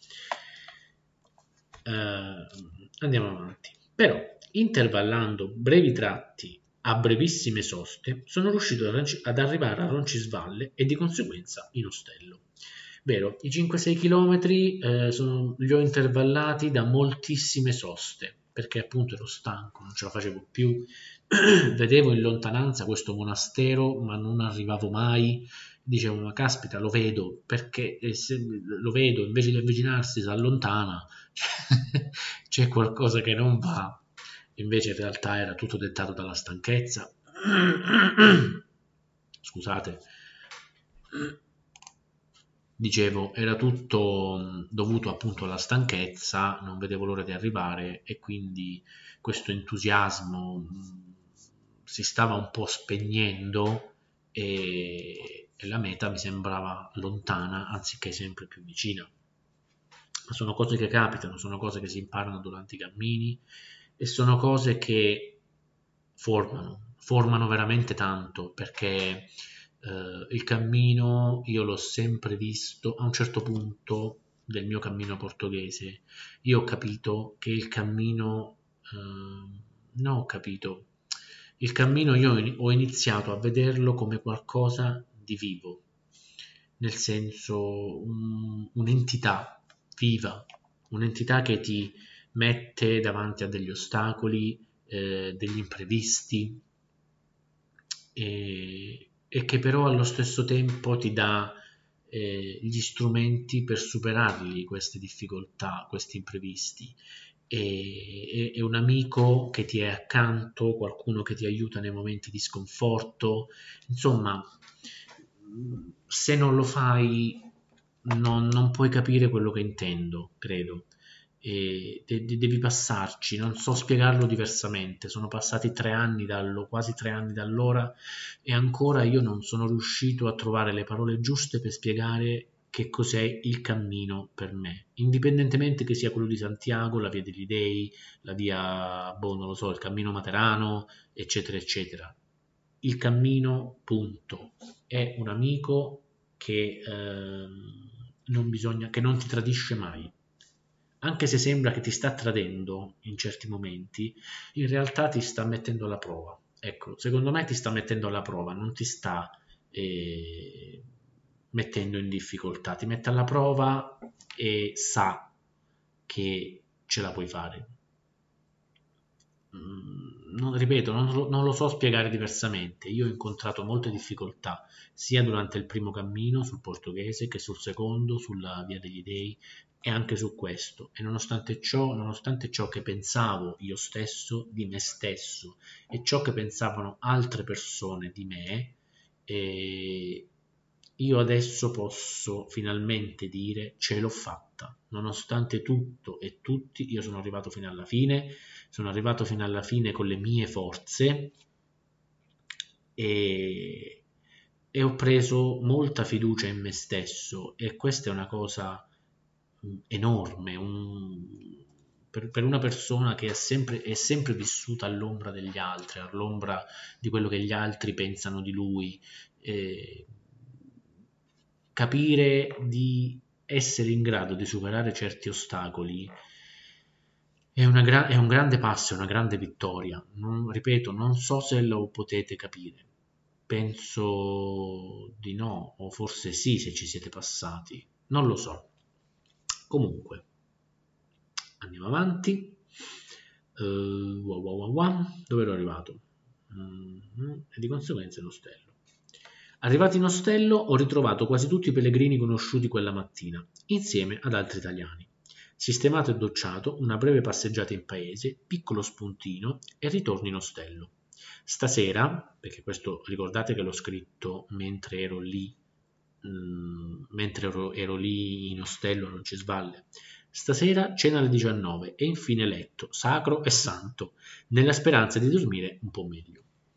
Eh, andiamo avanti. Però, intervallando brevi tratti a brevissime soste, sono riuscito ad arrivare a Roncisvalle e di conseguenza in ostello. Vero, i cinque sei km eh, sono, li ho intervallati da moltissime soste, perché appunto ero stanco, non ce la facevo più. Vedevo in lontananza questo monastero, ma non arrivavo mai. Dicevo, ma caspita, lo vedo, perché se lo vedo, invece di avvicinarsi si allontana, c'è qualcosa che non va. Invece in realtà era tutto dettato dalla stanchezza. Scusate. Dicevo, era tutto dovuto appunto alla stanchezza, non vedevo l'ora di arrivare e quindi questo entusiasmo mh, si stava un po' spegnendo e, e la meta mi sembrava lontana anziché sempre più vicina. Ma sono cose che capitano, sono cose che si imparano durante i cammini e sono cose che formano, formano veramente tanto perché eh, il cammino io l'ho sempre visto a un certo punto del mio cammino portoghese. Io ho capito che il cammino, eh, no, ho capito, il cammino io ho iniziato a vederlo come qualcosa di vivo, nel senso un- un'entità viva, un'entità che ti mette davanti a degli ostacoli, eh, degli imprevisti e, e che però allo stesso tempo ti dà eh, gli strumenti per superarli, queste difficoltà, questi imprevisti. E, è un amico che ti è accanto, qualcuno che ti aiuta nei momenti di sconforto, insomma, se non lo fai non, non puoi capire quello che intendo, credo. E de- de- devi passarci, non so spiegarlo diversamente. Sono passati tre anni dallo, quasi tre anni da allora e ancora io non sono riuscito a trovare le parole giuste per spiegare che cos'è il cammino per me, indipendentemente che sia quello di Santiago, la via degli Dei, la via, boh, non lo so, il cammino Materano, eccetera, eccetera. Il cammino, punto, è un amico che, ehm, non bisogna, che non ti tradisce mai. Anche se sembra che ti sta tradendo in certi momenti, in realtà ti sta mettendo alla prova. Ecco, secondo me ti sta mettendo alla prova, non ti sta eh, mettendo in difficoltà, ti mette alla prova e sa che ce la puoi fare. Mm, non, ripeto, non lo, non lo so spiegare diversamente. Io ho incontrato molte difficoltà sia durante il primo cammino sul portoghese che sul secondo, sulla Via degli Dei e anche su questo. E nonostante ciò, nonostante ciò che pensavo io stesso di me stesso e ciò che pensavano altre persone di me, eh, io adesso posso finalmente dire ce l'ho fatta. Nonostante tutto e tutti, io sono arrivato fino alla fine sono arrivato fino alla fine con le mie forze e, e ho preso molta fiducia in me stesso e questa è una cosa enorme un- per, per una persona che è sempre, è sempre vissuta all'ombra degli altri, all'ombra di quello che gli altri pensano di lui. eh, Capire di essere in grado di superare certi ostacoli è, una gra- è un grande passo, è una grande vittoria. Non- ripeto, non so se lo potete capire. Penso di no, o forse sì se ci siete passati. Non lo so. Comunque, andiamo avanti. Eh, wow, wow, wow, wow. Dove ero arrivato? Mm, e di conseguenza in ostello. Arrivati in ostello ho ritrovato quasi tutti i pellegrini conosciuti quella mattina, insieme ad altri italiani. Sistemato e docciato, una breve passeggiata in paese, piccolo spuntino e ritorno in ostello. Stasera, perché questo ricordate che l'ho scritto mentre ero lì, mm, mentre ero, ero lì in ostello a Roncisvalle, stasera cena alle diciannove e infine letto, sacro e santo, nella speranza di dormire un po' meglio.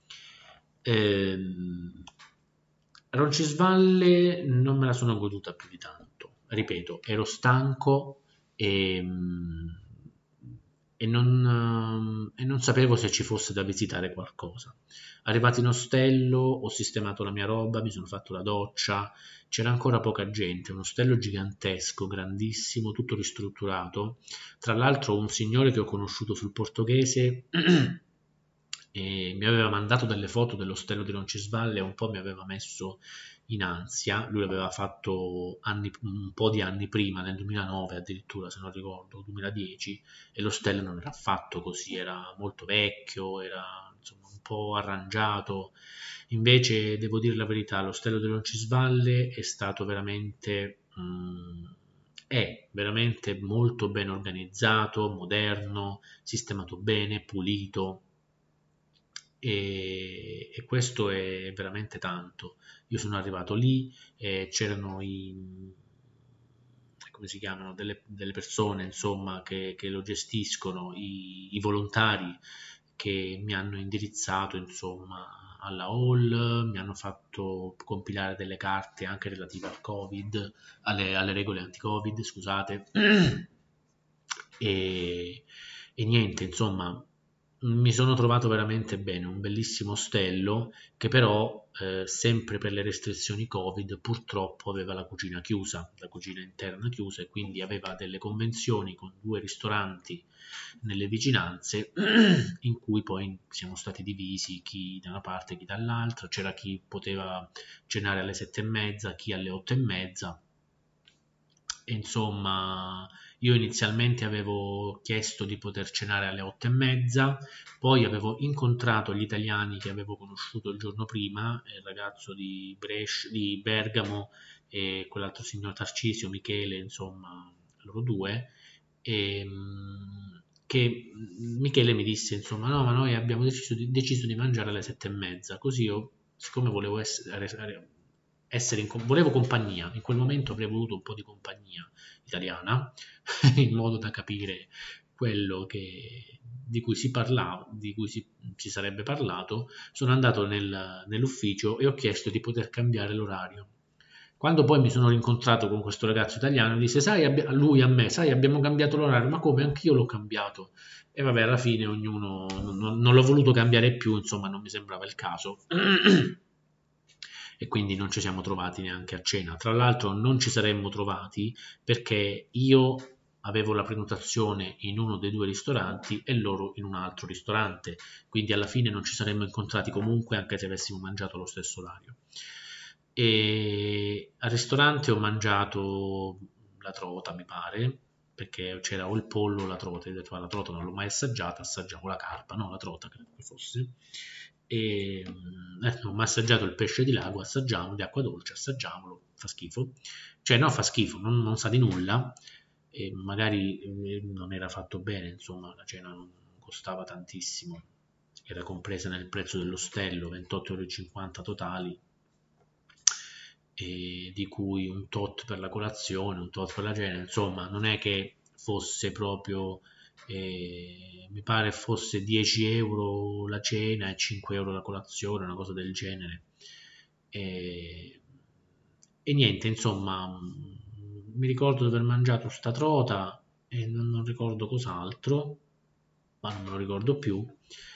Ehm, Roncisvalle non me la sono goduta più di tanto. Ripeto, ero stanco e, e non, e non sapevo se ci fosse da visitare qualcosa. Arrivato in ostello, ho sistemato la mia roba, mi sono fatto la doccia, c'era ancora poca gente, un ostello gigantesco, grandissimo, tutto ristrutturato. Tra l'altro un signore che ho conosciuto sul portoghese e mi aveva mandato delle foto dell'ostello di Roncisvalle e un po' mi aveva messo in ansia. Lui l'aveva fatto anni, un po' di anni prima, nel duemilanove addirittura, se non ricordo, duemiladieci, e l'ostello non era affatto così, era molto vecchio, era insomma un po' arrangiato. Invece devo dire la verità, l'ostello di Roncisvalle è stato veramente mm, è veramente molto ben organizzato, moderno, sistemato bene, pulito, e, e questo è veramente tanto. Io sono arrivato lì e c'erano i, come si chiamano, delle, delle persone insomma che, che lo gestiscono, i, i volontari che mi hanno indirizzato insomma alla hall, mi hanno fatto compilare delle carte anche relative al Covid, alle, alle regole anti-Covid, scusate, e, e niente, insomma, mi sono trovato veramente bene, un bellissimo ostello che però, eh, sempre per le restrizioni Covid, purtroppo aveva la cucina chiusa, la cucina interna chiusa, e quindi aveva delle convenzioni con due ristoranti nelle vicinanze in cui poi siamo stati divisi, chi da una parte, chi dall'altra. C'era chi poteva cenare alle sette e mezza, chi alle otto e mezza. E insomma, io inizialmente avevo chiesto di poter cenare alle otto e mezza, poi avevo incontrato gli italiani che avevo conosciuto il giorno prima, il ragazzo di, Brescia, di Bergamo e quell'altro signor Tarcisio, Michele, insomma, loro due, e, mh, che Michele mi disse, insomma, no, ma noi abbiamo deciso di, deciso di mangiare alle sette e mezza, così io, siccome volevo essere, essere in, volevo compagnia, in quel momento avrei voluto un po' di compagnia italiana, in modo da capire quello che, di cui si parlava, di cui si, si sarebbe parlato. Sono andato nel, nell'ufficio e ho chiesto di poter cambiare l'orario. Quando poi mi sono rincontrato con questo ragazzo italiano, disse, sai, abbi- lui a me, sai, abbiamo cambiato l'orario, ma come? Anch'io l'ho cambiato. E vabbè, alla fine ognuno, non, non l'ho voluto cambiare più, insomma, non mi sembrava il caso. E quindi non ci siamo trovati neanche a cena. Tra l'altro non ci saremmo trovati perché io avevo la prenotazione in uno dei due ristoranti e loro in un altro ristorante, quindi alla fine non ci saremmo incontrati comunque anche se avessimo mangiato allo stesso orario. E al ristorante ho mangiato la trota, mi pare, perché c'era o il pollo o la trota. Io ho detto, "Ah, la trota non l'ho mai assaggiata, assaggiamo la carpa", no, la trota credo che fosse. E eh, non ho mai assaggiato il pesce di lago, assaggiamo, di acqua dolce, assaggiamolo, fa schifo. Cioè no, fa schifo, non, non sa di nulla, e magari eh, non era fatto bene, insomma, la cena non costava tantissimo, era compresa nel prezzo dell'ostello, ventotto euro e cinquanta totali, e di cui un tot per la colazione, un tot per la cena, insomma, non è che fosse proprio, eh, mi pare fosse dieci euro la cena e cinque euro la colazione, una cosa del genere. E, e niente, insomma, mh, mi ricordo di aver mangiato sta trota e non, non ricordo cos'altro, ma non me lo ricordo più.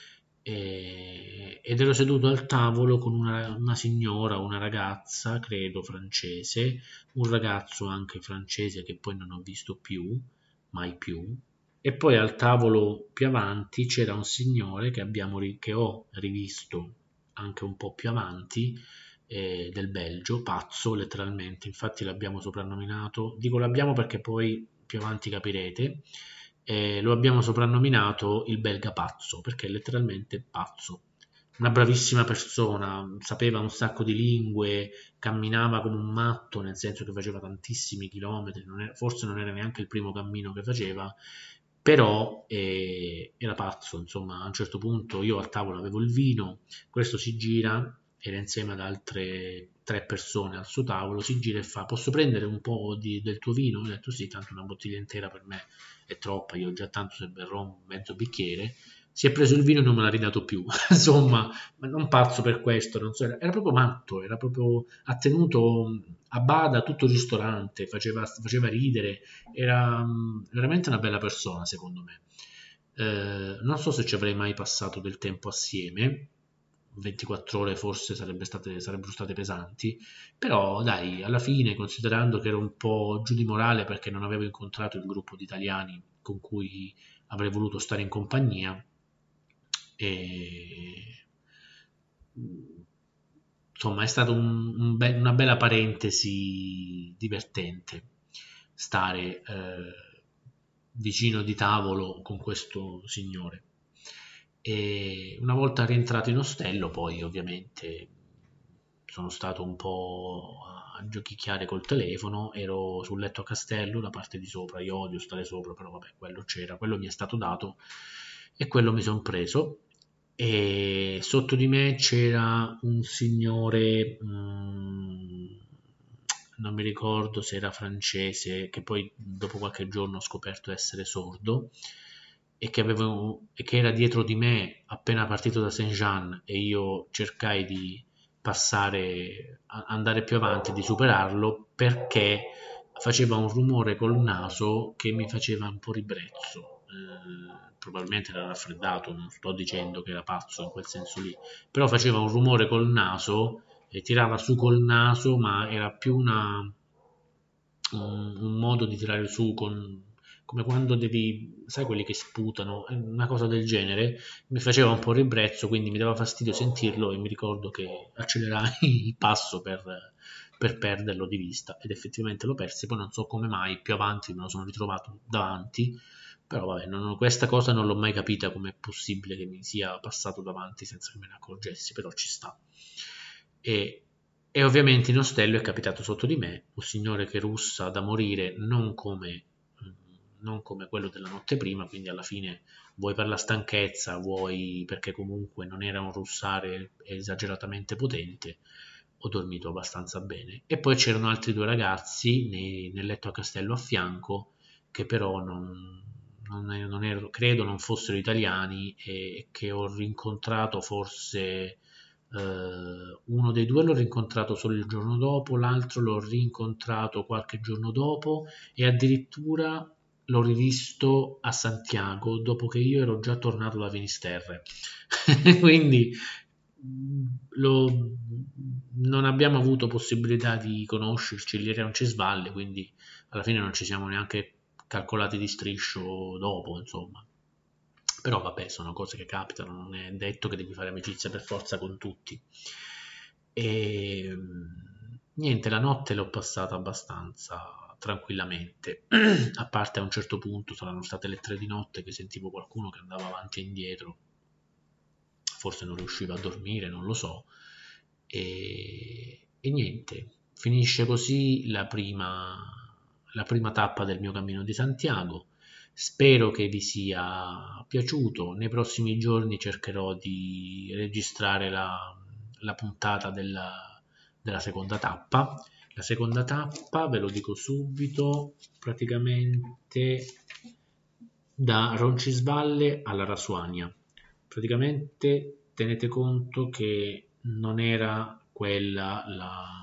E- ed ero seduto al tavolo con una, una signora, una ragazza, credo francese, un ragazzo anche francese che poi non ho visto più, mai più, e poi al tavolo più avanti c'era un signore che, abbiamo, ri- che ho rivisto anche un po' più avanti, eh, del Belgio, pazzo letteralmente, infatti l'abbiamo soprannominato, dico l'abbiamo perché poi più avanti capirete, eh, lo abbiamo soprannominato il belga pazzo, perché è letteralmente pazzo. Una bravissima persona, sapeva un sacco di lingue, camminava come un matto, nel senso che faceva tantissimi chilometri, non era- forse non era neanche il primo cammino che faceva, però eh, era pazzo, insomma, a un certo punto io al tavolo avevo il vino, questo si gira, era insieme ad altre tre persone al suo tavolo, si gira e fa, posso prendere un po' di- del tuo vino? Ho detto sì, tanto una bottiglia intera per me è troppa, io già tanto se berrò un mezzo bicchiere. Si è preso il vino e non me l'ha ridato più. Insomma, ma non pazzo per questo, non so, era, era proprio matto, era proprio, ha tenuto a bada tutto il ristorante, faceva, faceva ridere, era mm, veramente una bella persona secondo me. Eh, non so se ci avrei mai passato del tempo assieme, ventiquattro ore forse sarebbe state, sarebbero state pesanti, però dai, alla fine, considerando che ero un po' giù di morale perché non avevo incontrato il gruppo di italiani con cui avrei voluto stare in compagnia, e insomma è stata un, un be- una bella parentesi divertente stare eh, vicino di tavolo con questo signore. E una volta rientrato in ostello, poi ovviamente sono stato un po' a giochicchiare col telefono, ero sul letto a castello, la parte di sopra, io odio stare sopra, però vabbè, quello c'era, quello mi è stato dato e quello mi sono preso. E sotto di me c'era un signore, mm, non mi ricordo se era francese, che poi dopo qualche giorno ho scoperto essere sordo, e che, avevo, e che era dietro di me appena partito da Saint-Jean, e io cercai di passare, andare più avanti, di superarlo, perché faceva un rumore col naso che mi faceva un po' ribrezzo. Eh, probabilmente era raffreddato, non sto dicendo che era pazzo in quel senso lì, però faceva un rumore col naso e tirava su col naso, ma era più una, un, un modo di tirare su con, come quando devi, sai, quelli che sputano, una cosa del genere. Mi faceva un po' ribrezzo, quindi mi dava fastidio sentirlo, e mi ricordo che accelerai il passo per, per perderlo di vista, ed effettivamente lo persi. Poi non so come mai più avanti me lo sono ritrovato davanti, però vabbè, non, questa cosa non l'ho mai capita, come è possibile che mi sia passato davanti senza che me ne accorgessi, però ci sta. E, e ovviamente in ostello è capitato sotto di me un signore che russa da morire, non come, non come quello della notte prima, quindi alla fine vuoi per la stanchezza, vuoi perché comunque non era un russare esageratamente potente, ho dormito abbastanza bene. E poi c'erano altri due ragazzi nei, nel letto a castello a fianco, che però non, non, non ero, credo non fossero italiani, e che ho rincontrato forse. Uh, uno dei due l'ho rincontrato solo il giorno dopo, l'altro l'ho rincontrato qualche giorno dopo, e addirittura l'ho rivisto a Santiago dopo che io ero già tornato da Finisterre. Quindi lo, non abbiamo avuto possibilità di conoscerci, gli era un cisvalle, quindi alla fine non ci siamo neanche calcolati di striscio dopo, insomma. Però vabbè, sono cose che capitano, non è detto che devi fare amicizia per forza con tutti. E niente, la notte l'ho passata abbastanza tranquillamente, a parte a un certo punto saranno state le tre di notte che sentivo qualcuno che andava avanti e indietro, forse non riusciva a dormire, non lo so. E, e niente, finisce così la prima, la prima tappa del mio cammino di Santiago. Spero che vi sia piaciuto. Nei prossimi giorni cercherò di registrare la, la puntata della, della seconda tappa. La seconda tappa, ve lo dico subito, praticamente da Roncisvalle alla Rasuania. Praticamente tenete conto che non era quella la,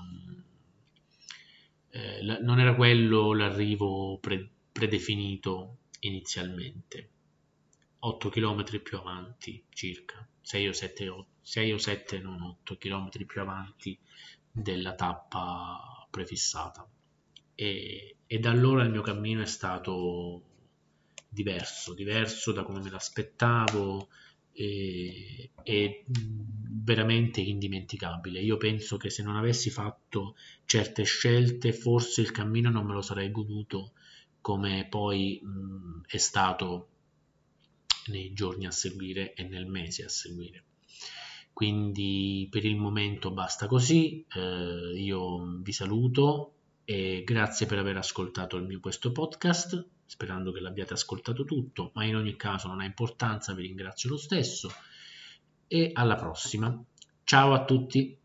eh, la non era quello l'arrivo pre- predefinito inizialmente. otto chilometri più avanti circa, sei o sette, sei o sette, non otto chilometri più avanti della tappa prefissata. E, e da allora il mio cammino è stato diverso, diverso da come me l'aspettavo, e, e veramente indimenticabile. Io penso che se non avessi fatto certe scelte, forse il cammino non me lo sarei goduto come poi mh, è stato nei giorni a seguire e nel mese a seguire. Quindi per il momento basta così, eh, io vi saluto e grazie per aver ascoltato il mio questo podcast, sperando che l'abbiate ascoltato tutto, ma in ogni caso non ha importanza, vi ringrazio lo stesso, e alla prossima. Ciao a tutti!